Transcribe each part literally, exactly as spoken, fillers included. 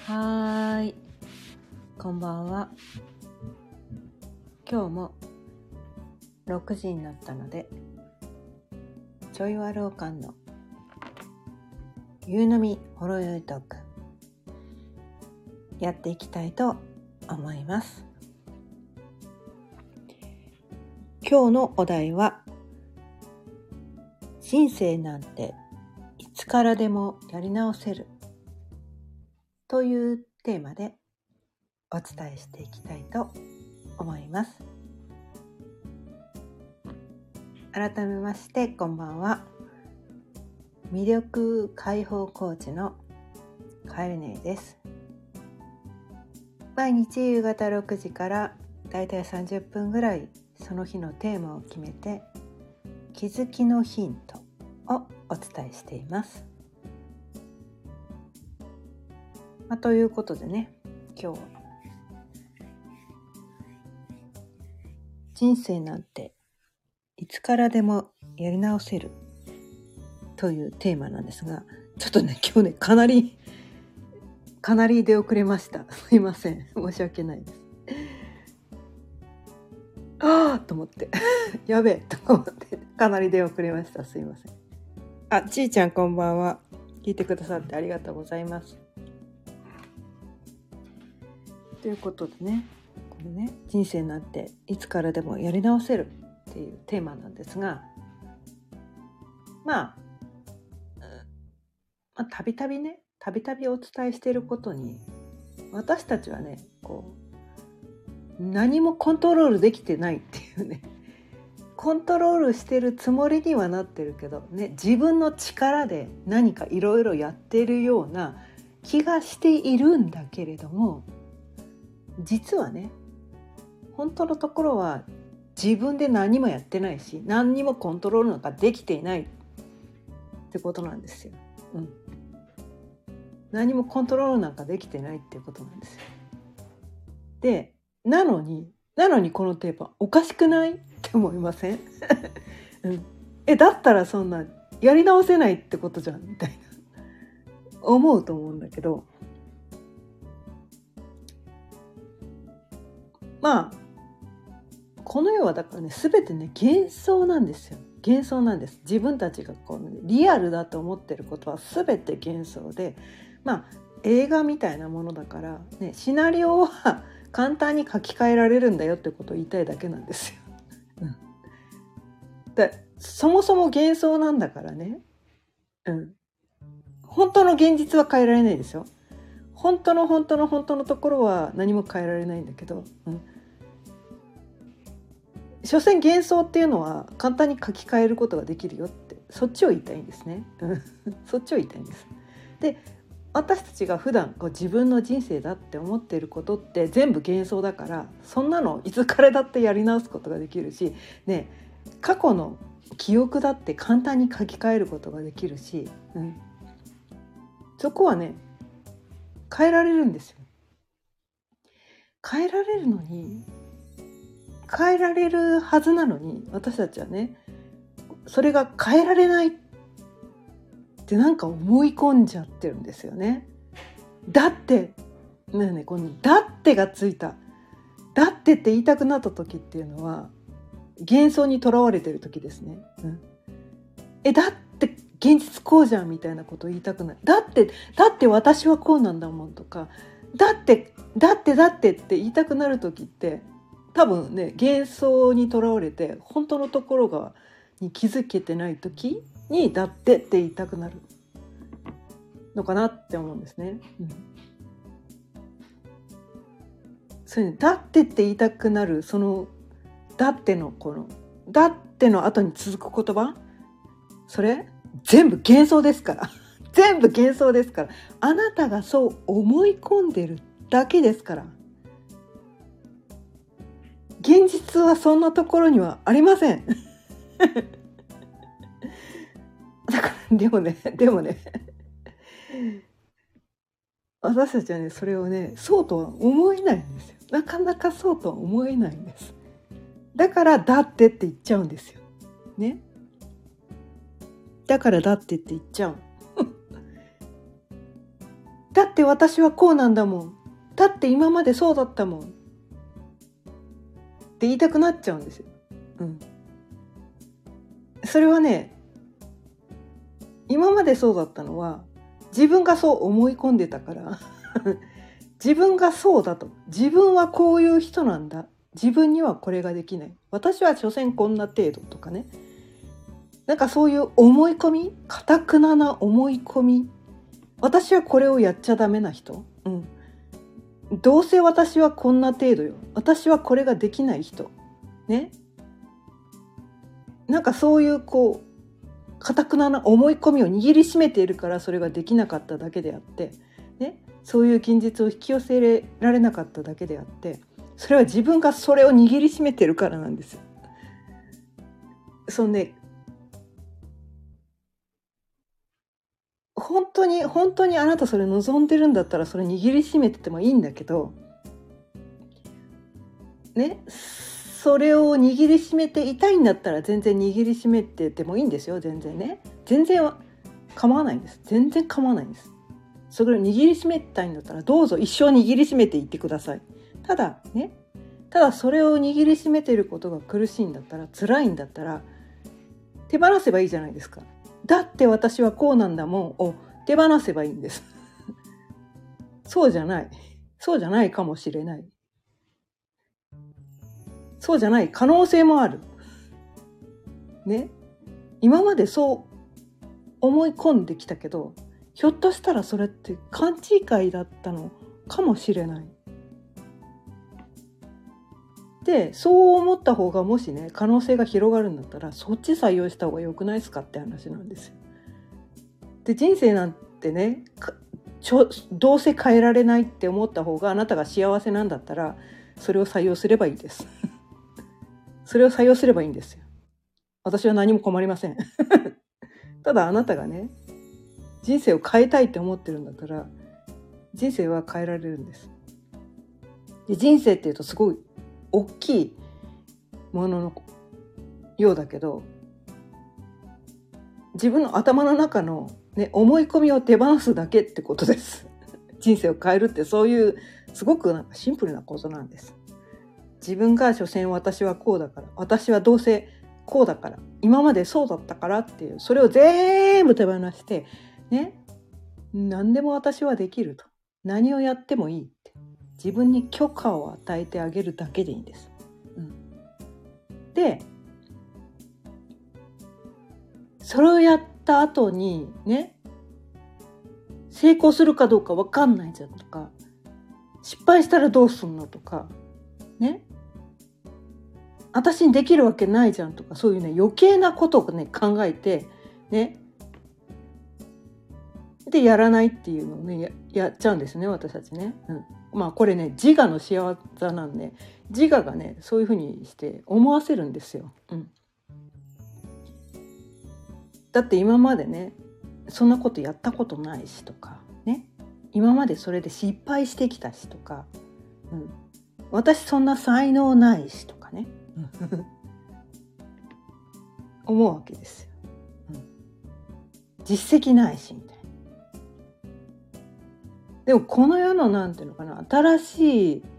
はーい、こんばんは。今日もろくじになったので、ちょいわろうかんの夕飲みほろよいトークやっていきたいと思います。今日のお題は、人生なんていつからでもやり直せるというテーマでお伝えしていきたいと思います。改めましてこんばんは。魅力解放コーチのかえるねです。毎日夕方ろくじからだいたいさんじゅっぷんぐらいその日のテーマを決めて気づきのヒントをお伝えしています。まあ、ということでね、今日は人生なんていつからでもやり直せるというテーマなんですが、ちょっとね今日ねかなりかなり出遅れました。すいません、申し訳ないです。あーと思ってやべえと思ってかなり出遅れました。すいません。あ、ちーちゃんこんばんは。聞いてくださってありがとうございます。ということでね、これね、人生なんていつからでもやり直せるっていうテーマなんですが、まあ、まあ、たびたびね、たびたびお伝えしていることに、私たちはね、こう何もコントロールできてないっていうね、コントロールしてるつもりにはなってるけどね、自分の力で何かいろいろやってるような気がしているんだけれども、実はね、本当のところは自分で何もやってないし、何にもコントロールなんかできていないってことなんですよ。うん、何もコントロールなんかできてないってことなんですよ。で、なのに、なのにこのテーマおかしくないって思いません？うん、え、だったらそんなやり直せないってことじゃんみたいな思うと思うんだけど、まあこの世はだからね、全てね幻想なんですよ。幻想なんです。自分たちがこう、ね、リアルだと思ってることは全て幻想で、まあ映画みたいなものだからね、シナリオは簡単に書き換えられるんだよってことを言いたいだけなんですよ。うん、でそもそも幻想なんだからね、うん、本当の現実は変えられないですよ。本当の本当の本当のところは何も変えられないんだけど、うん、所詮幻想っていうのは簡単に書き換えることができるよって、そっちを言いたいんですね。そっちを言いたいんです。で、私たちが普段こう自分の人生だって思っていることって全部幻想だから、そんなのいつからだってやり直すことができるしね、過去の記憶だって簡単に書き換えることができるし、うん、そこはね変えられるんですよ。変えられるのに変えられるはずなのに、私たちはねそれが変えられないってなんか思い込んじゃってるんですよね。だってねえねえ、このだってがついた、だってって言いたくなった時っていうのは幻想にとらわれてる時ですね。うん、え、だって現実こうじゃんみたいなことを言いたくない。だってだって私はこうなんだもんとか、だってだってだってって言いたくなる時って、多分ね幻想にとらわれて本当のところがに気づけてない時にだってって言いたくなるのかなって思うんですね。うん、それだってって言いたくなる、そのだってのこのだっての後に続く言葉、それ全部幻想ですから全部幻想ですから、あなたがそう思い込んでるだけですから、現実はそんなところにはありませんだからでもねでもね私たちはねそれをねそうとは思えないんですよ。なかなかそうとは思えないんです。だからだってって言っちゃうんですよね。だからだってって言っちゃうだってって私はこうなんだもん、だって今までそうだったもんって言いたくなっちゃうんですよ、うん、それはね、今までそうだったのは自分がそう思い込んでたから自分がそうだと、自分はこういう人なんだ、自分にはこれができない、私は所詮こんな程度とかね、なんかそういう思い込み、堅くなな思い込み、私はこれをやっちゃダメな人、うん、どうせ私はこんな程度よ、私はこれができない人ね、なんかそういうこう堅くなな思い込みを握りしめているからそれができなかっただけであって、ね、そういう現実を引き寄せられなかっただけであって、それは自分がそれを握りしめてるからなんですよ。そうね、本当に本当にあなたそれ望んでるんだったらそれ握りしめててもいいんだけどね、それを握りしめていたいんだったら全然握りしめててもいいんですよ、全然ね、全然は構わないんです、全然構わないんです。それを握りしめたいんだったらどうぞ一生握りしめていってください。ただね、ただそれを握りしめていることが苦しいんだったら、辛いんだったら手放せばいいじゃないですか。だって私はこうなんだもんを手放せばいいんですそうじゃない、そうじゃないかもしれない、そうじゃない可能性もあるね。今までそう思い込んできたけど、ひょっとしたらそれって勘違いだったのかもしれない。で、そう思った方がもしね可能性が広がるんだったらそっち採用した方が良くないですかって話なんですよ。で、人生なんてね、ちょどうせ変えられないって思った方があなたが幸せなんだったらそれを採用すればいいですそれを採用すればいいんですよ。私は何も困りませんただあなたがね人生を変えたいって思ってるんだったら人生は変えられるんです。で、人生っていうとすごい大きいもののようだけど、自分の頭の中の、ね、思い込みを手放すだけってことです人生を変えるってそういうすごくなんかシンプルなことなんです。自分が所詮私はこうだから、私はどうせこうだから、今までそうだったからっていう、それを全部手放してね、何でも私はできると、何をやってもいいって自分に許可を与えてあげるだけでいいんです、うん、でそれをやった後にね、成功するかどうか分かんないじゃんとか、失敗したらどうすんのとかね、私にできるわけないじゃんとか、そういうね余計なことをね考えてね、でやらないっていうのをね や, やっちゃうんですね、私たちね、うん、まあこれね自我の仕業なんで、自我がねそういうふうにして思わせるんですよ、うん、だって今までねそんなことやったことないしとかね、今までそれで失敗してきたしとか、うん、私そんな才能ないしとかね思うわけですよ、うん、実績ないしみたいな。でもこの世のなんていうのかな、新しい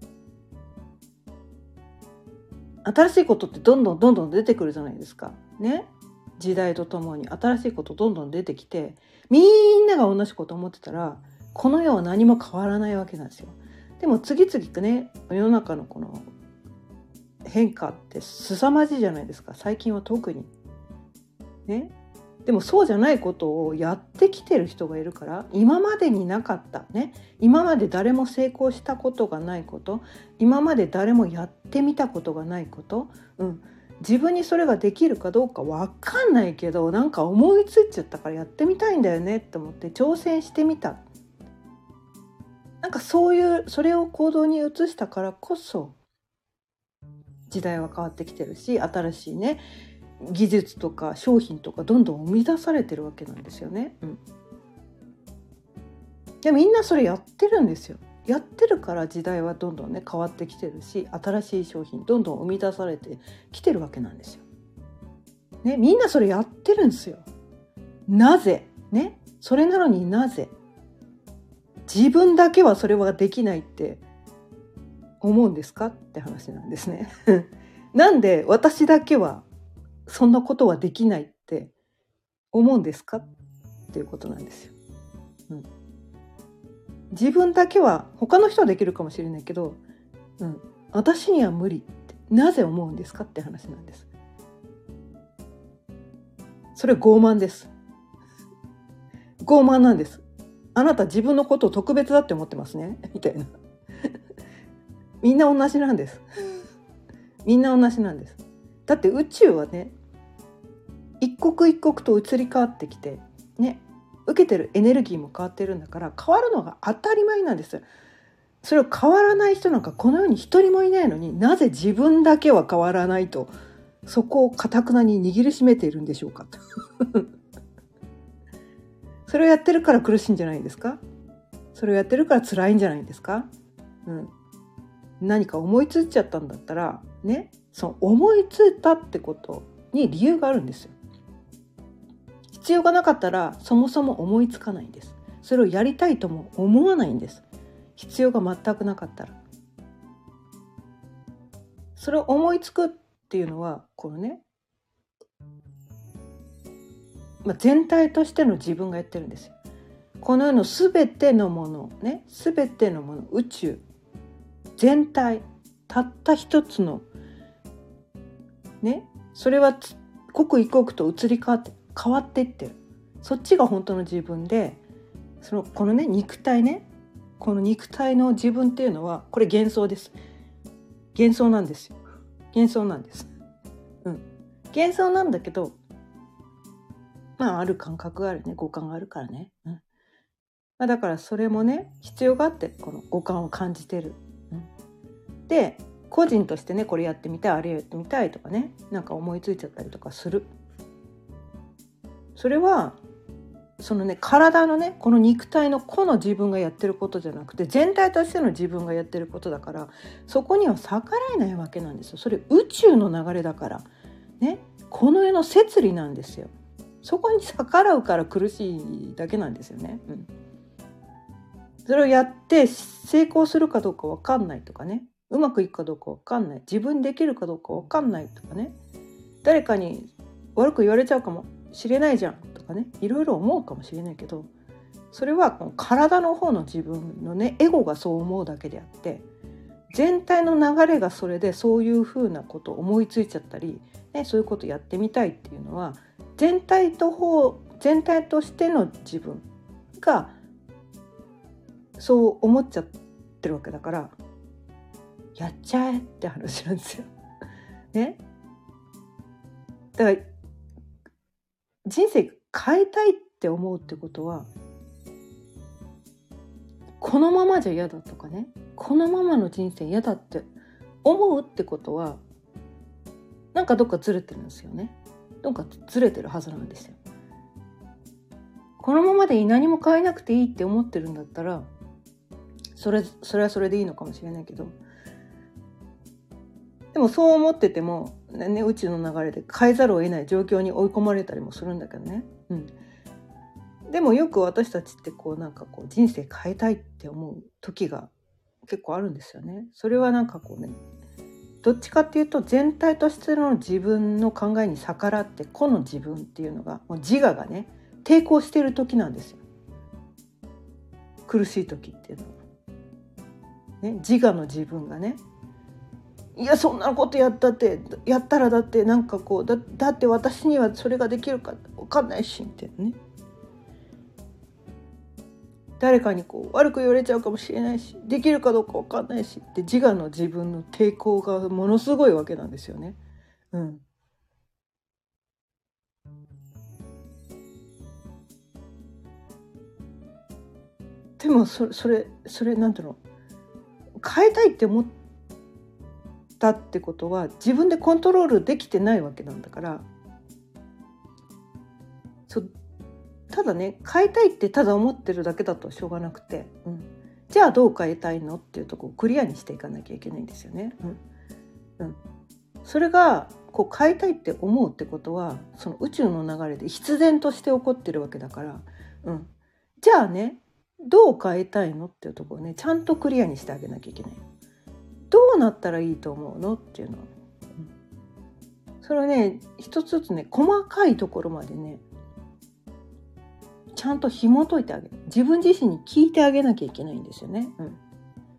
新しいことってどんどんどんどん出てくるじゃないですかね。時代とともに新しいことどんどん出てきて、みんなが同じこと思ってたらこの世は何も変わらないわけなんですよ。でも次々とね世の中のこの変化って凄まじいじゃないですか、最近は特にね。でもそうじゃないことをやってきてる人がいるから、今までになかったね、今まで誰も成功したことがないこと、今まで誰もやってみたことがないこと、うん、自分にそれができるかどうか分かんないけどなんか思いついちゃったからやってみたいんだよねって思って挑戦してみた。なんかそういうそれを行動に移したからこそ時代は変わってきてるし、新しいね技術とか商品とかどんどん生み出されてるわけなんですよね、うん、でみんなそれやってるんですよ。やってるから時代はどんどんね変わってきてるし、新しい商品どんどん生み出されてきてるわけなんですよ、ね、みんなそれやってるんですよ。なぜね、それなのになぜ自分だけはそれはできないって思うんですかって話なんですね。なんで私だけはそんなことはできないって思うんですかっていうことなんですよ。うん、自分だけは他の人はできるかもしれないけど、うん、私には無理ってなぜ思うんですかって話なんです。それ傲慢です。傲慢なんです。あなた自分のことを特別だって思ってますねみたいな。みんな同じなんです。みんな同じなんです。だって宇宙はね、一刻一刻と移り変わってきてね、受けてるエネルギーも変わってるんだから、変わるのが当たり前なんです。それを変わらない人なんかこの世に一人もいないのに、なぜ自分だけは変わらないとそこを堅くなに握りしめているんでしょうか。それをやってるから苦しいんじゃないですか。それをやってるから辛いんじゃないですか。うん、何か思いついちゃったんだったらね、その思いついたってことに理由があるんですよ。必要がなかったらそもそも思いつかないんです。それをやりたいとも思わないんです。必要が全くなかったら。それを思いつくっていうのはこのね、まあ、全体としての自分がやってるんですよ。この世のすべてのものね、すべてのもの、宇宙全体、たった一つのね、それは刻一刻と移り変わって変わっていってる。そっちが本当の自分で、そのこのね肉体ね、この肉体の自分っていうのはこれ幻想です。幻想なんですよ。幻想なんです。うん。幻想なんだけど、まあある感覚があるね、五感があるからね。うん。まあ、だからそれもね必要があってこの五感を感じてる。うん、で個人としてねこれやってみたいあれやってみたいとかね、なんか思いついちゃったりとかする。それはそのね体のねこの肉体の個の自分がやってることじゃなくて全体としての自分がやってることだから、そこには逆らえないわけなんですよ。それ宇宙の流れだからね、この世の摂理なんですよ。そこに逆らうから苦しいだけなんですよね。うん、それをやって成功するかどうか分かんないとかね、うまくいくかどうか分かんない、自分にできるかどうか分かんないとかね、誰かに悪く言われちゃうかもしれないじゃんとかね、いろいろ思うかもしれないけど、それはこの体の方の自分のねエゴがそう思うだけであって、全体の流れがそれでそういうふうなことを思いついちゃったり、ね、そういうことやってみたいっていうのは全体と方全体としての自分がそう思っちゃってるわけだから、やっちゃえって話なんですよ。ね。だから人生変えたいって思うってことは、このままじゃ嫌だとかね、このままの人生嫌だって思うってことは、なんかどっかずれてるんですよね。どっかずれてるはずなんですよ。このままでいい、何も変えなくていいって思ってるんだったら、それそれはそれでいいのかもしれないけど、でもそう思ってても、ね、宇宙の流れで変えざるを得ない状況に追い込まれたりもするんだけどね。うん、でもよく私たちってこうなんかこう人生変えたいって思う時が結構あるんですよね。それはなんかこうね、どっちかっていうと全体としての自分の考えに逆らって個の自分っていうのがもう自我がね抵抗している時なんですよ。苦しい時っていうのは、ね、自我の自分がね、いやそんなことやったってやったらだってなんかこう だ, だって私にはそれができるか分かんないしってね、誰かにこう悪く言われちゃうかもしれないし、できるかどうか分かんないしって自我の自分の抵抗がものすごいわけなんですよね。うん。でもそれそれそれなんていうの、変えたいって思ったってことは自分でコントロールできてないわけなんだから、そただね変えたいってただ思ってるだけだとしょうがなくて、うん、じゃあどう変えたいのっていうところをクリアにしていかなきゃいけないんですよね。うんうん、それがこう変えたいって思うってことはその宇宙の流れで必然として起こってるわけだから、うん、じゃあねどう変えたいのっていうところをねちゃんとクリアにしてあげなきゃいけない。どうなったらいいと思うのっていうのは、うん、それをね一つずつね細かいところまでねちゃんと紐解いてあげる。自分自身に聞いてあげなきゃいけないんですよね、うん、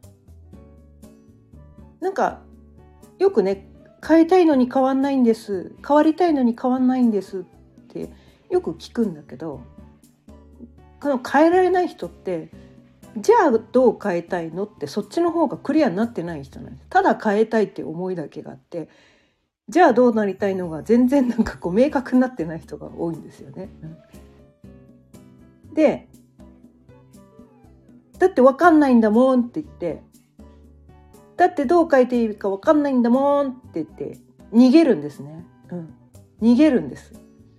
なんかよくね変えたいのに変わんないんです、変わりたいのに変わんないんですってよく聞くんだけど、この変えられない人ってじゃあどう変えたいのってそっちの方がクリアになってない人なんです。ただ変えたいっていう思いだけがあって、じゃあどうなりたいのが全然なんかこう明確になってない人が多いんですよね、うん、でだって分かんないんだもんって言って、だってどう変えていいか分かんないんだもんって言って逃げるんですね、うん、逃げるんです。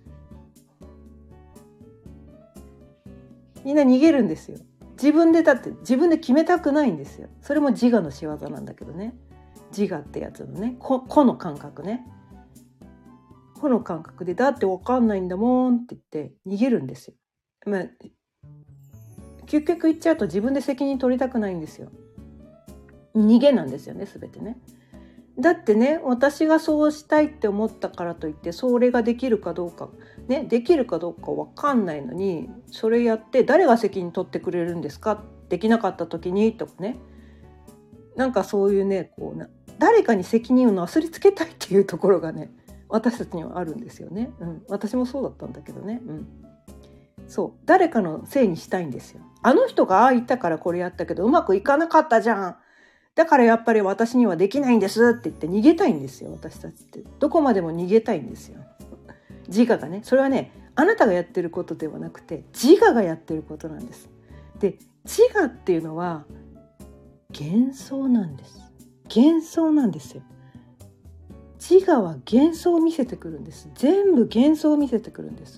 みんな逃げるんですよ。自分でだって自分で決めたくないんですよ。それも自我の仕業なんだけどね。自我ってやつのね、個の感覚ね。個の感覚でだって分かんないんだもんって言って逃げるんですよ。まあ、究極言っちゃうと自分で責任取りたくないんですよ。逃げなんですよね、全てね。だってね、私がそうしたいって思ったからといってそれができるかどうかね、できるかどうか分かんないのに、それやって誰が責任取ってくれるんですか、できなかった時にとかね、なんかそういうねこうな誰かに責任をなすりつけたいっていうところがね私たちにはあるんですよね、うん、私もそうだったんだけどね、うん、そう誰かのせいにしたいんですよ。あの人がああ言ったからこれやったけどうまくいかなかったじゃん、だからやっぱり私にはできないんですって言って逃げたいんですよ。私たちってどこまでも逃げたいんですよ。自我がね、それはねあなたがやってることではなくて自我がやってることなんです。で自我っていうのは幻想なんです。幻想なんですよ。自我は幻想を見せてくるんです。全部幻想を見せてくるんです。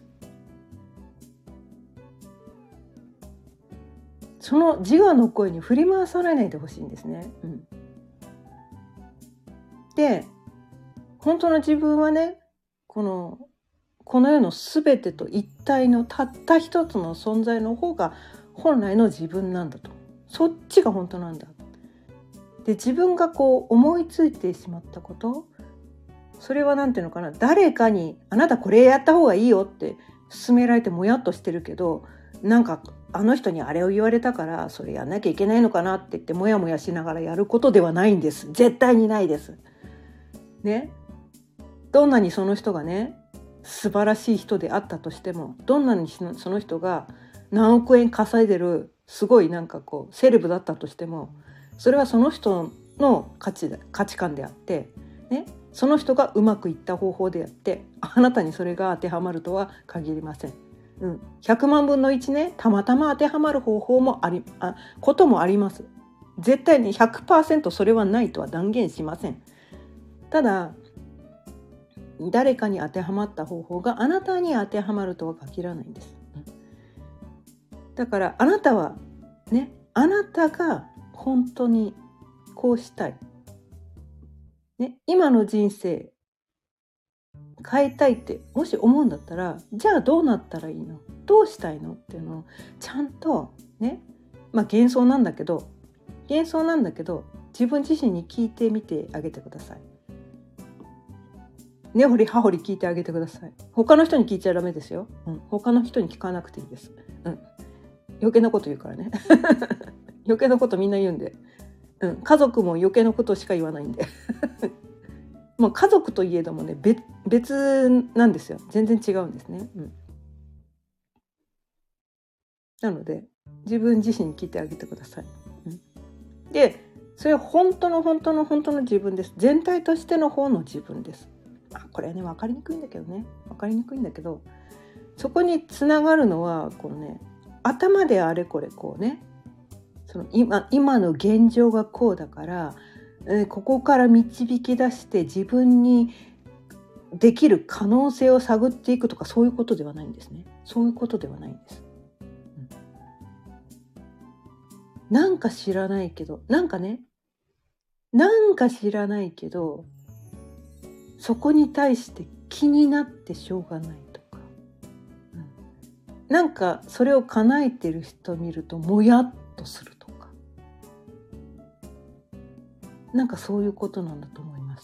その自我の声に振り回されないでほしいんですね、うん、で本当の自分はねこのこの世のすべてと一体のたった一つの存在の方が本来の自分なんだと、そっちが本当なんだ。で自分がこう思いついてしまったこと、それはなんていうのかな、誰かにあなたこれやった方がいいよって勧められてもやっとしてるけど、なんかあの人にあれを言われたからそれやんなきゃいけないのかなって言ってもやもやしながらやることではないんです。絶対にないですね。どんなにその人がね素晴らしい人であったとしても、どんなにその人が何億円稼いでるすごいなんかこうセレブだったとしても、それはその人の価値だ価値観であって、ね、その人がうまくいった方法であって、あなたにそれが当てはまるとは限りません、うん、ひゃくまんぶんのいちね、たまたま当てはまる方法もありあこともあります。絶対に ひゃくパーセント それはないとは断言しません。ただ誰かに当てはまった方法があなたに当てはまるとは限らないんです。だからあなたはね、あなたが本当にこうしたい、ね、今の人生変えたいってもし思うんだったら、じゃあどうなったらいいの、どうしたいのっていうのをちゃんとね、まあ幻想なんだけど幻想なんだけど自分自身に聞いてみてあげてください。根掘り葉掘り聞いてあげてください。他の人に聞いちゃダメですよ、うん、他の人に聞かなくていいです、うん、余計なこと言うからね余計なことみんな言うんで、うん、家族も余計なことしか言わないんでもう家族といえどもね 別, 別なんですよ。全然違うんですね、うん、なので自分自身に聞いてあげてください、うん、でそれは本当の本当の本当の自分です。全体としての方の自分です。あ、これはね分かりにくいんだけどね分かりにくいんだけどそこにつながるのはこのね頭であれこれこうね、その 今, 今の現状がこうだから、えー、ここから導き出して自分にできる可能性を探っていくとかそういうことではないんですね。そういうことではないんです、うん、なんか知らないけどなんかねなんか知らないけどそこに対して気になってしょうがないとか、 なんかそれを叶えてる人を見るともやっとするとか、なんかそういうことなんだと思います。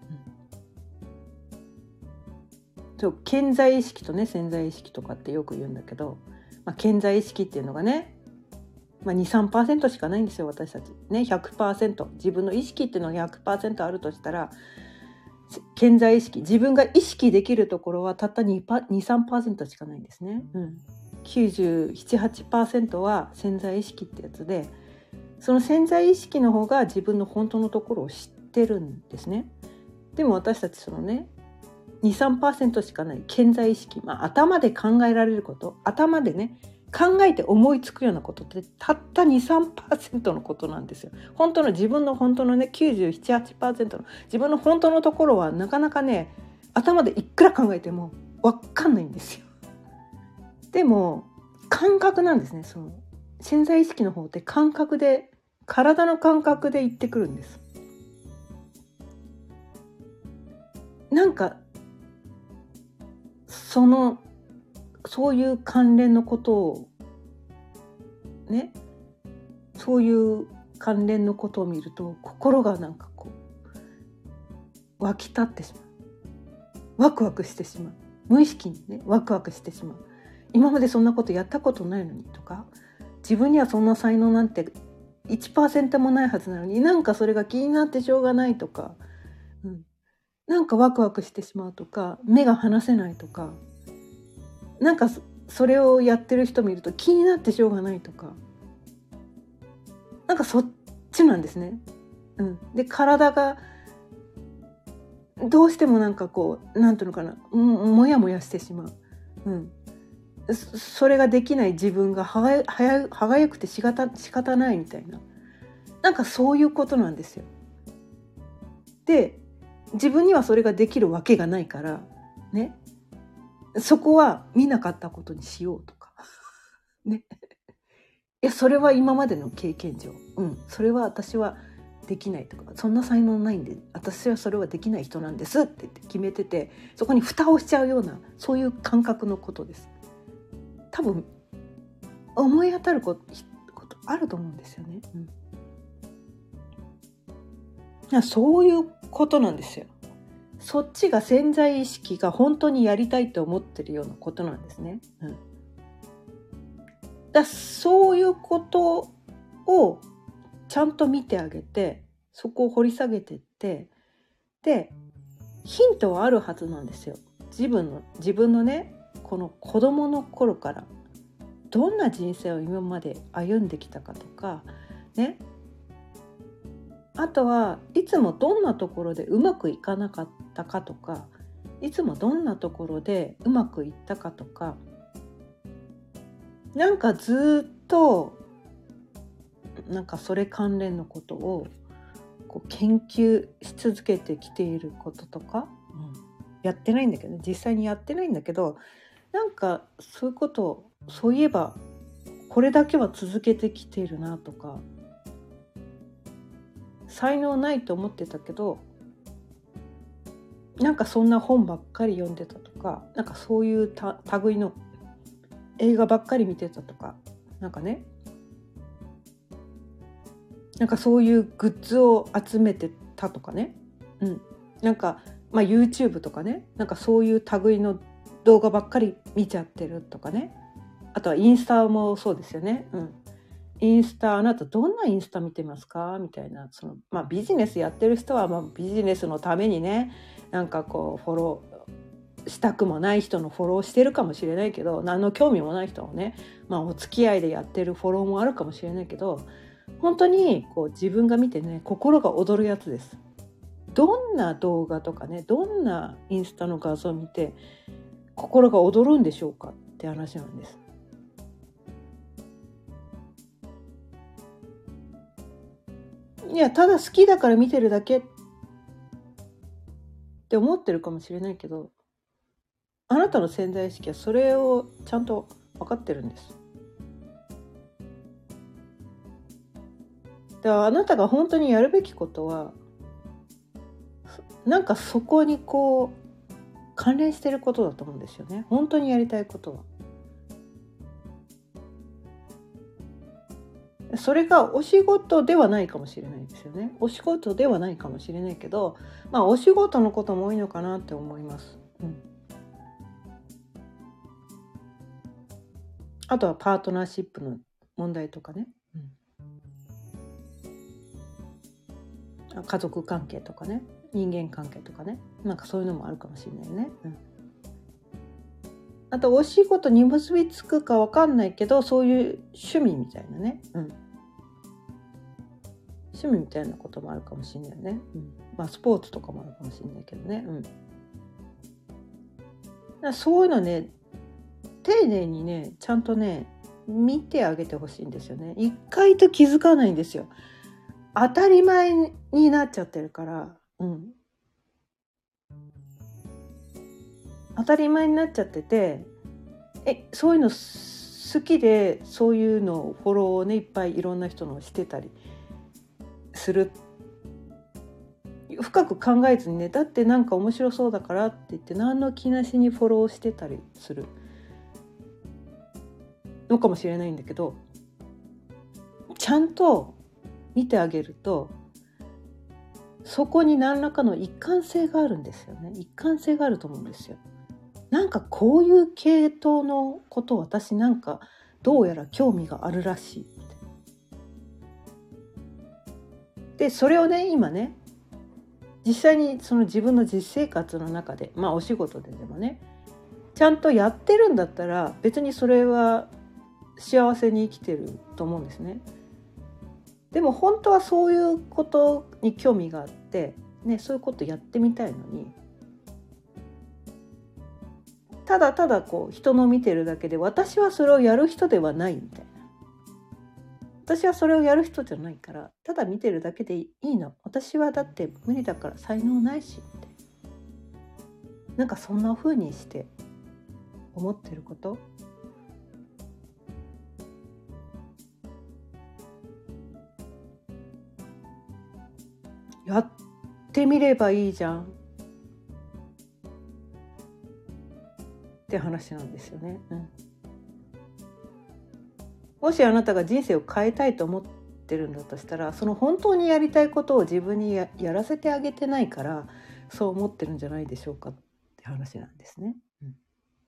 うん、そう顕在意識とね潜在意識とかってよく言うんだけど、まあ、顕在意識っていうのがね、まあ、にじゅうさんパーセント しかないんですよ私たちね。 ひゃくパーセント 自分の意識っていうのが ひゃくパーセント あるとしたら、顕在意識、自分が意識できるところはたった にじゅうさんパーセント しかないんですね。うん、きゅうじゅうなな、はちパーセント は潜在意識ってやつで、その潜在意識の方が自分の本当のところを知ってるんですね。でも私たちそのね にじゅうさんパーセント しかない潜在意識、まあ、頭で考えられること、頭でね考えて思いつくようなことってたった にじゅうさんパーセント のことなんですよ。本当の自分の本当のね きゅうじゅうなな、はちパーセント の自分の本当のところはなかなかね頭でいくら考えても分かんないんですよ。でも感覚なんですね。その潜在意識の方って感覚で、体の感覚で言ってくるんです。なんかそのそういう関連のことをね、そういう関連のことを見ると心がなんかこう湧き立ってしまう、ワクワクしてしまう、無意識にねワクワクしてしまう。今までそんなことやったことないのにとか、自分にはそんな才能なんて いちパーセント もないはずなのに、なんかそれが気になってしょうがないとか、うん、なんかワクワクしてしまうとか、目が離せないとか、なんかそれをやってる人見ると気になってしょうがないとか、なんかそっちなんですね。うん、で体がどうしてもなんかこうなんていうのかな、もやもやしてしまう。うん、それができない自分がはがや歯がゆくて仕方仕方ないみたいな、なんかそういうことなんですよ。で自分にはそれができるわけがないからね、そこは見なかったことにしようとかね、いやそれは今までの経験上、うん、それは私はできないとか、そんな才能ないんで私はそれはできない人なんですって言って決めてて、そこに蓋をしちゃうようなそういう感覚のことです。多分思い当たること、ことあると思うんですよね。うん、いやそういうことなんですよ。そっちが潜在意識が本当にやりたいと思ってるようなことなんですね。うん、だそういうことをちゃんと見てあげて、そこを掘り下げていって、でヒントはあるはずなんですよ。自分の自分のねこの子供の頃からどんな人生を今まで歩んできたかとかね、あとはいつもどんなところでうまくいかなかったかとか、いつもどんなところでうまくいったかとか、なんかずっとなんかそれ関連のことをこう研究し続けてきていることとか、うん、やってないんだけどね、実際にやってないんだけど、なんかそういうことをそういえばこれだけは続けてきているなとか、才能ないと思ってたけどなんかそんな本ばっかり読んでたとか、なんかそういうた類の映画ばっかり見てたとか、なんかね、なんかそういうグッズを集めてたとかね、うん、なんか、まあ、YouTube とかね、なんかそういう類の動画ばっかり見ちゃってるとかね、あとはインスタもそうですよね、うん、インスタあなたどんなインスタ見てますかみたいな、その、まあ、ビジネスやってる人はまあビジネスのためにね、なんかこうフォローしたくもない人のフォローしてるかもしれないけど、何の興味もない人もね、まあ、お付き合いでやってるフォローもあるかもしれないけど、本当にこう自分が見てね心が躍るやつです。どんな動画とかね、どんなインスタの画像を見て心が躍るんでしょうかって話なんです。いやただ好きだから見てるだけって思ってるかもしれないけど、あなたの潜在意識はそれをちゃんと分かってるんです。だからあなたが本当にやるべきことはなんかそこにこう関連してることだと思うんですよね。本当にやりたいことはそれがお仕事ではないかもしれないですよね。お仕事ではないかもしれないけど、まあお仕事のことも多いのかなって思います。うん、あとはパートナーシップの問題とかね、うん、家族関係とかね、人間関係とかね、なんかそういうのもあるかもしれないね。うん、あとお仕事に結びつくかわかんないけど、そういう趣味みたいなね、うん、趣味みたいなこともあるかもしれないね。うん、まあスポーツとかもあるかもしれないけどね。うん、だからそういうのね、丁寧にね、ちゃんとね、見てあげてほしいんですよね。一回と気づかないんですよ。当たり前になっちゃってるから、うん、当たり前になっちゃってて、えそういうの好きで、そういうのをフォローをね、いっぱいいろんな人のしてたりする。深く考えずにね、だってなんか面白そうだからって言って何の気なしにフォローしてたりするのかもしれないんだけど、ちゃんと見てあげると、そこに何らかの一貫性があるんですよね。一貫性があると思うんですよ。なんかこういう系統のことを私なんかどうやら興味があるらしい。でそれをね、今ね、実際にその自分の実生活の中で、まあお仕事ででもね、ちゃんとやってるんだったら、別にそれは幸せに生きてると思うんですね。でも本当はそういうことに興味があって、ね、そういうことやってみたいのに、ただただこう人の見てるだけで、私はそれをやる人ではないみたいな。私はそれをやる人じゃないから、ただ見てるだけでいいの。私はだって無理だから、才能ないしって。なんかそんな風にして思ってること。やってみればいいじゃんって話なんですよね。うん、もしあなたが人生を変えたいと思ってるんだとしたら、その本当にやりたいことを自分に や, やらせてあげてないから、そう思ってるんじゃないでしょうかって話なんですね。うん、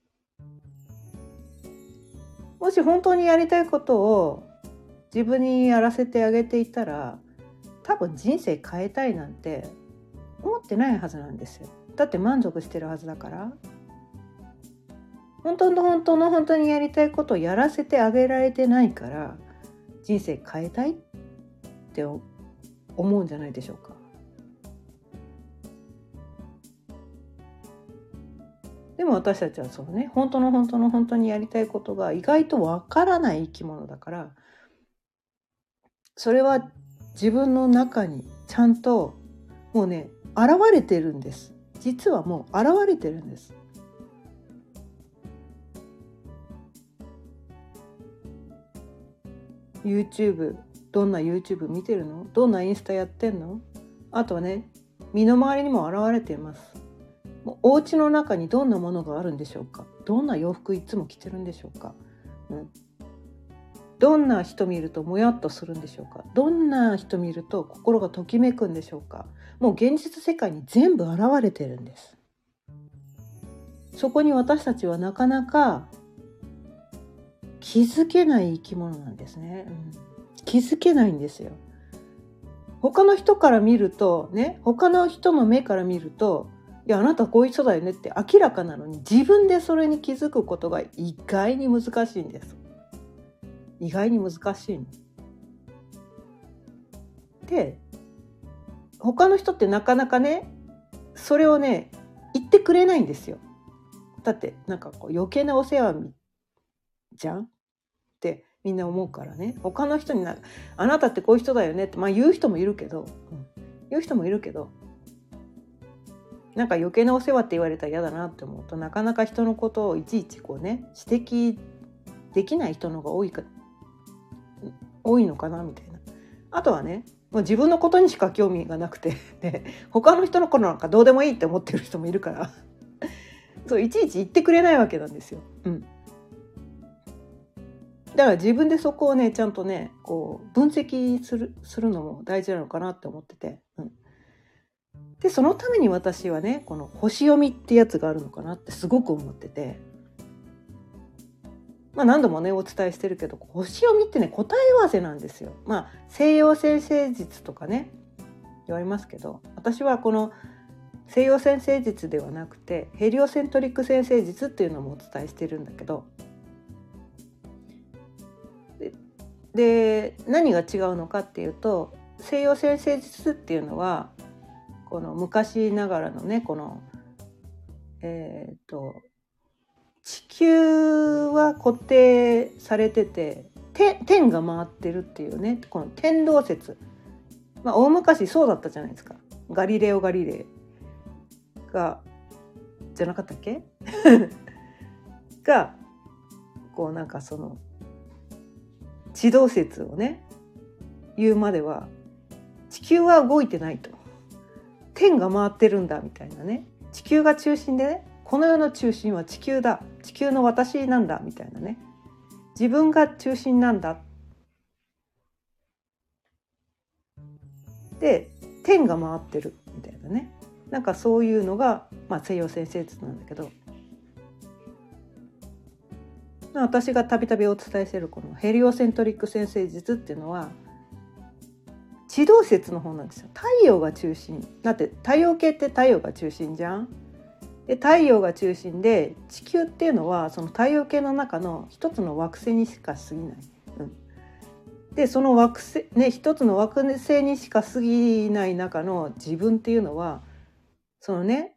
もし本当にやりたいことを自分にやらせてあげていたら、多分人生変えたいなんて思ってないはずなんですよ。だって満足してるはずだから。本当の本当の本当にやりたいことをやらせてあげられてないから、人生変えたいって思うんじゃないでしょうか。でも私たちはそうね、本当の本当の本当にやりたいことが意外とわからない生き物だから、それは自分の中にちゃんともうね、現れてるんです。実はもう現れてるんです。YouTube、 どんな YouTube 見てるの？どんなインスタやってんの？あとはね、身の回りにも現れています。もうお家の中にどんなものがあるんでしょうか？どんな洋服いつも着てるんでしょうか？うん、どんな人見るともやっとするんでしょうか？どんな人見ると心がときめくんでしょうか？もう現実世界に全部現れてるんです。そこに私たちはなかなか気づけない生き物なんですね。うん、気づけないんですよ。他の人から見るとね、他の人の目から見ると、いやあなたこういう人だよねって明らかなのに、自分でそれに気づくことが意外に難しいんです。意外に難しいの。で、他の人ってなかなかね、それをね言ってくれないんですよ。だってなんかこう余計なお世話じゃんってみんな思うからね。他の人になあなたってこういう人だよねって、まあ言う人もいるけど、うん、言う人もいるけど、なんか余計なお世話って言われたら嫌だなって思うと、なかなか人のことをいちいちこうね指摘できない人の方が多いか多いのかなみたいな。あとはね、もう自分のことにしか興味がなくてで他の人のことなんかどうでもいいって思ってる人もいるからそういちいち言ってくれないわけなんですよ。うん、 だから自分でそこをねちゃんとねこう分析するするのも大事なのかなって思ってて、うん、でそのために私はねこの星読みってやつがあるのかなってすごく思ってて、まあ何度もねお伝えしてるけど、星読みってね答え合わせなんですよ。まあ西洋占星術とかね言われますけど、私はこの西洋占星術ではなくてヘリオセントリック占星術っていうのもお伝えしてるんだけど、で、で何が違うのかっていうと、西洋占星術っていうのはこの昔ながらのねこのえっと地球は固定されてて天が回ってるっていうねこの天動説、まあ大昔そうだったじゃないですか。ガリレオ・ガリレイがじゃなかったっけがこうなんかその地動説をね言うまでは地球は動いてないと、天が回ってるんだみたいなね、地球が中心でね、この世の中心は地球だ、地球の私なんだみたいなね、自分が中心なんだで天が回ってるみたいなね、なんかそういうのが、まあ、西洋占星術なんだけど、私がたびたびお伝えしているこのヘリオセントリック占星術っていうのは地動説の方なんですよ。太陽が中心だって、太陽系って太陽が中心じゃん。で太陽が中心で地球っていうのはその太陽系の中の一つの惑星にしか過ぎない、うん、でその惑星ね一つの惑星にしか過ぎない中の自分っていうのはそのね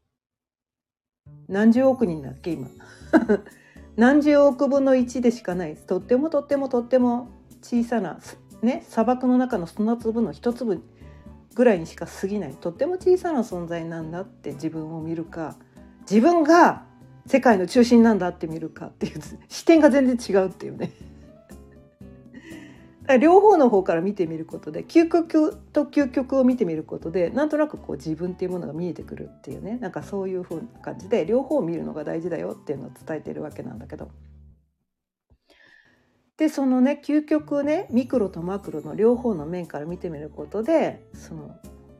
何十億人だっけ今何十億分のいちでしかない、とってもとってもとっても小さなね砂漠の中の砂粒の一粒ぐらいにしか過ぎない、とっても小さな存在なんだって自分を見るか、自分が世界の中心なんだって見るかっていう視点が全然違うっていうね両方の方から見てみることで、究極と究極を見てみることでなんとなくこう自分っていうものが見えてくるっていうね、なんかそういう風な感じで両方を見るのが大事だよっていうのを伝えてるわけなんだけど、でそのね究極をねミクロとマクロの両方の面から見てみることで、その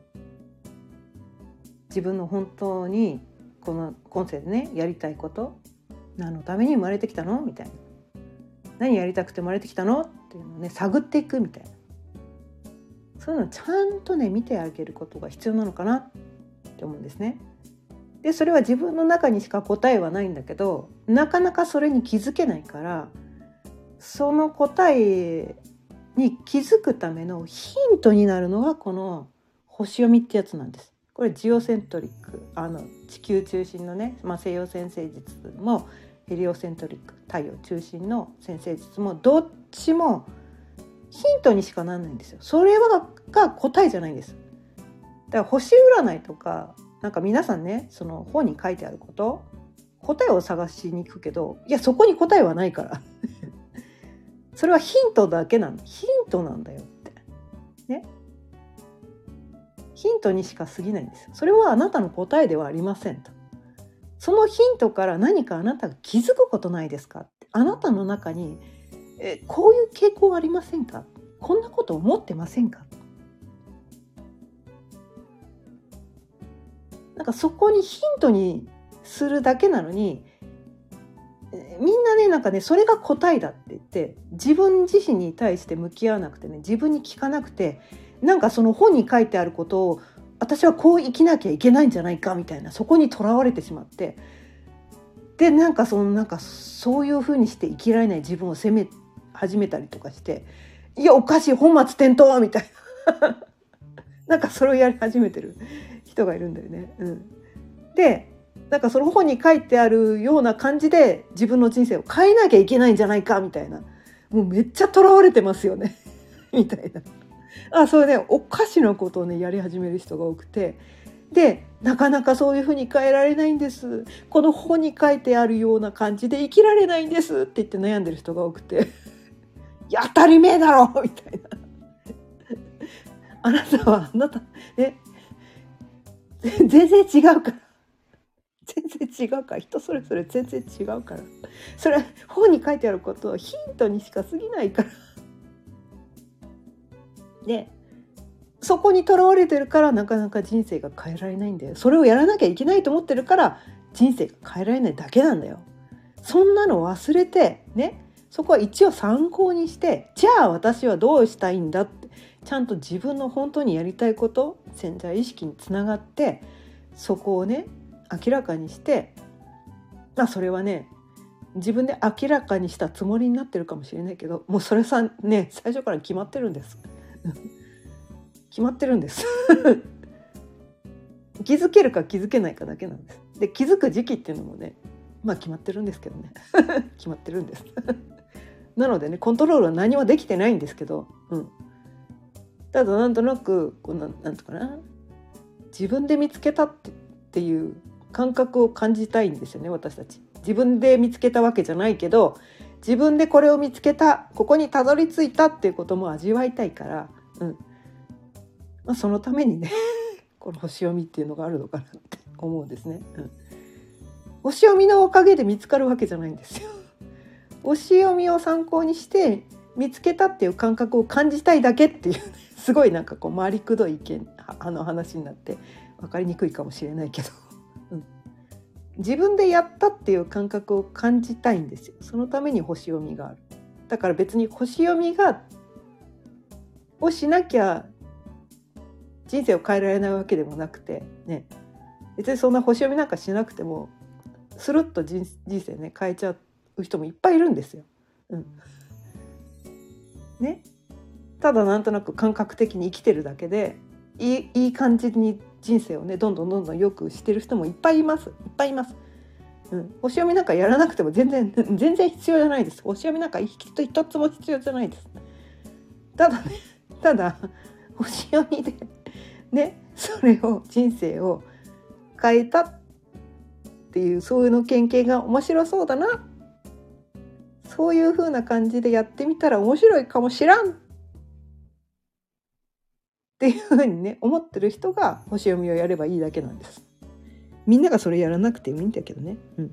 自分の本当にこの今世でねやりたいこと、何のために生まれてきたのみたいな、何やりたくて生まれてきたのっていうのをね探っていくみたいな、そういうのをちゃんとね見てあげることが必要なのかなって思うんですね。でそれは自分の中にしか答えはないんだけど、なかなかそれに気づけないから、その答えに気づくためのヒントになるのがこの星読みってやつなんです。これジオセントリック、あの地球中心のね、まあ、西洋占星術もヘリオセントリック太陽中心の占星術もどっちもヒントにしかならないんですよ。それはが答えじゃないんです。だから星占いとかなんか皆さんねその本に書いてあること答えを探しに行くけど、いやそこに答えはないからそれはヒントだけなんだ、ヒントなんだよってね、ヒントにしか過ぎないんです。それはあなたの答えではありませんと。そのヒントから何かあなたが気づくことないですかって、あなたの中にえこういう傾向ありませんか、こんなこと思ってませんか、なんかそこにヒントにするだけなのに、みんなねなんかねそれが答えだって言って自分自身に対して向き合わなくてね、自分に聞かなくて、なんかその本に書いてあることを私はこう生きなきゃいけないんじゃないかみたいな、そこにとらわれてしまって、でなんかそのなんかそういう風にして生きられない自分を責め始めたりとかして、いやおかしい本末転倒みたいななんかそれをやり始めてる人がいるんだよね、うん、でなんかその本に書いてあるような感じで自分の人生を変えなきゃいけないんじゃないかみたいな、もうめっちゃとらわれてますよねみたいな、あそれで、ね、おかしなことをねやり始める人が多くて、でなかなかそういうふうに変えられないんです、この本に書いてあるような感じで生きられないんですって言って悩んでる人が多くていや当たり前だろみたいなあなたはあなたね全然違うから全然違うから、人それぞれ全然違うから、それは本に書いてあることはヒントにしか過ぎないからで、そこにとらわれてるからなかなか人生が変えられないんだよ。それをやらなきゃいけないと思ってるから人生が変えられないだけなんだよ。そんなの忘れてね、そこは一応参考にして、じゃあ私はどうしたいんだって、ちゃんと自分の本当にやりたいこと、潜在意識につながって、そこをね明らかにして、まあそれはね自分で明らかにしたつもりになってるかもしれないけど、もうそれさね最初から決まってるんです決まってるんです気づけるか気づけないかだけなんです。で、気づく時期っていうのもね、まあ決まってるんですけどね決まってるんですなのでね、コントロールは何もできてないんですけど、うん、ただなんとなくこう な, なんとかな自分で見つけたってっていう感覚を感じたいんですよね、私たち。自分で見つけたわけじゃないけど、自分でこれを見つけた、ここにたどり着いたっていうことも味わいたいから、うん、まあ、そのためにねこの星読みっていうのがあるのかなって思うんですね、うん、星読みのおかげで見つかるわけじゃないんですよ。星読みを参考にして見つけたっていう感覚を感じたいだけっていう、ね、すごいなんかこう回りくどい意見、あの話になって分かりにくいかもしれないけど、うん、自分でやったっていう感覚を感じたいんですよ。そのために星読みがある。だから別に星読みがをしなきゃ人生を変えられないわけでもなくてね、別にそんな星読みなんかしなくてもスルッと 人, 人生ね変えちゃう人もいっぱいいるんですよ、うんね、ただなんとなく感覚的に生きてるだけでい い, いい感じに人生をねどんどんどんどん良くしてる人もいっぱいいますいっぱいいます、うん、星読みなんかやらなくても全然全然必要じゃないです。星読みなんか一つも必要じゃないです。ただねただ星読みでね、それを人生を変えたっていう、そういうの経験が面白そうだな、そういう風な感じでやってみたら面白いかもしらんっていう風にね思ってる人が星読みをやればいいだけなんです。みんながそれやらなくてもいいんだけどね、うん、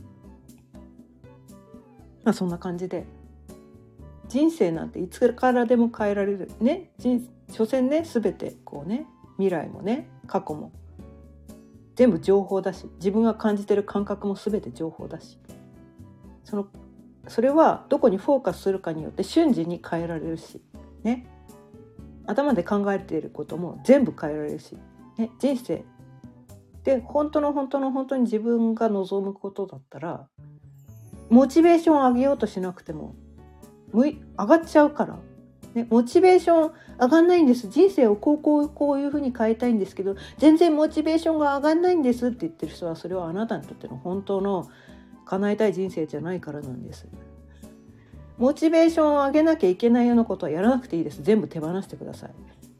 まあそんな感じで人生なんていつからでも変えられるね。人所詮ね全てこうね未来もね過去も全部情報だし、自分が感じてる感覚も全て情報だし、そのそれはどこにフォーカスするかによって瞬時に変えられるしね、頭で考えていることも全部変えられるし、ね、人生で本当の本当の本当に自分が望むことだったらモチベーションを上げようとしなくても上がっちゃうから、ね、モチベーション上がんないんです、人生をこうこうこういうふうに変えたいんですけど全然モチベーションが上がんないんですって言ってる人は、それはあなたにとっての本当の叶えたい人生じゃないからなんです。モチベーションを上げなきゃいけないようなことはやらなくていいです。全部手放してください。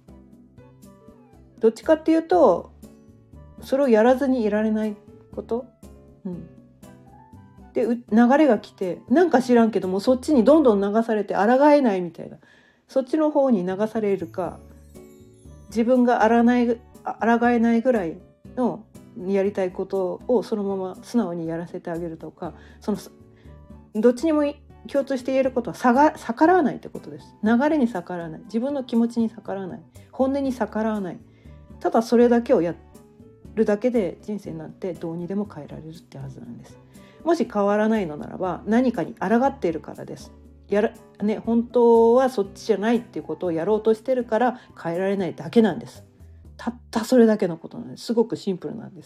どっちかっていうとそれをやらずにいられないこと、うん、で流れが来てなんか知らんけどもそっちにどんどん流されて抗えないみたいな、そっちの方に流されるか、自分が抗えないぐらいのやりたいことをそのまま素直にやらせてあげるとか、そのどっちにも共通して言えることは逆らわないってことです。流れに逆らわない、自分の気持ちに逆らわない、本音に逆らわない、ただそれだけをやるだけで人生なんてどうにでも変えられるってはずなんです。もし変わらないのならば何かに抗っているからです。やら、ね、本当はそっちじゃないっていうことをやろうとしてるから変えられないだけなんです。たったそれだけのことなんです。すごくシンプルなんです。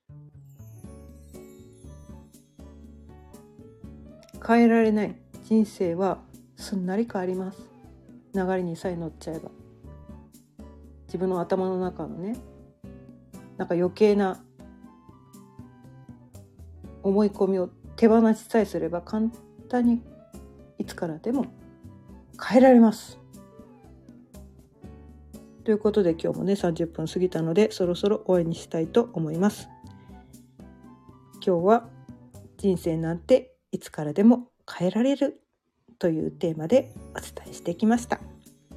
変えられない人生はすんなり変わります。流れにさえ乗っちゃえば、自分の頭の中のねなんか余計な思い込みを手放しさえすれば簡単にいつからでも変えられます。ということで今日もねさんじゅっぷん過ぎたのでそろそろ終わりにしたいと思います。今日は人生なんていつからでも変えられるというテーマでお伝えしてきました。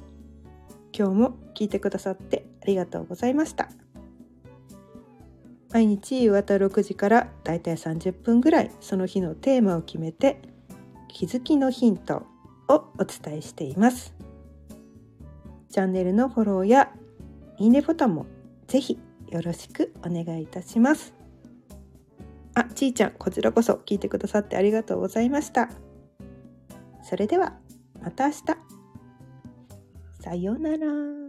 今日も聞いてくださってありがとうございました。 毎日夕方ろくじからだいたいさんじゅっぷんぐらいその日のテーマを決めて気づきのヒントをお伝えしています。チャンネルのフォローやいいねボタンもぜひよろしくお願いいたします。あ、ちーちゃん、こちらこそ聞いてくださってありがとうございました。それではまた明日。さようなら。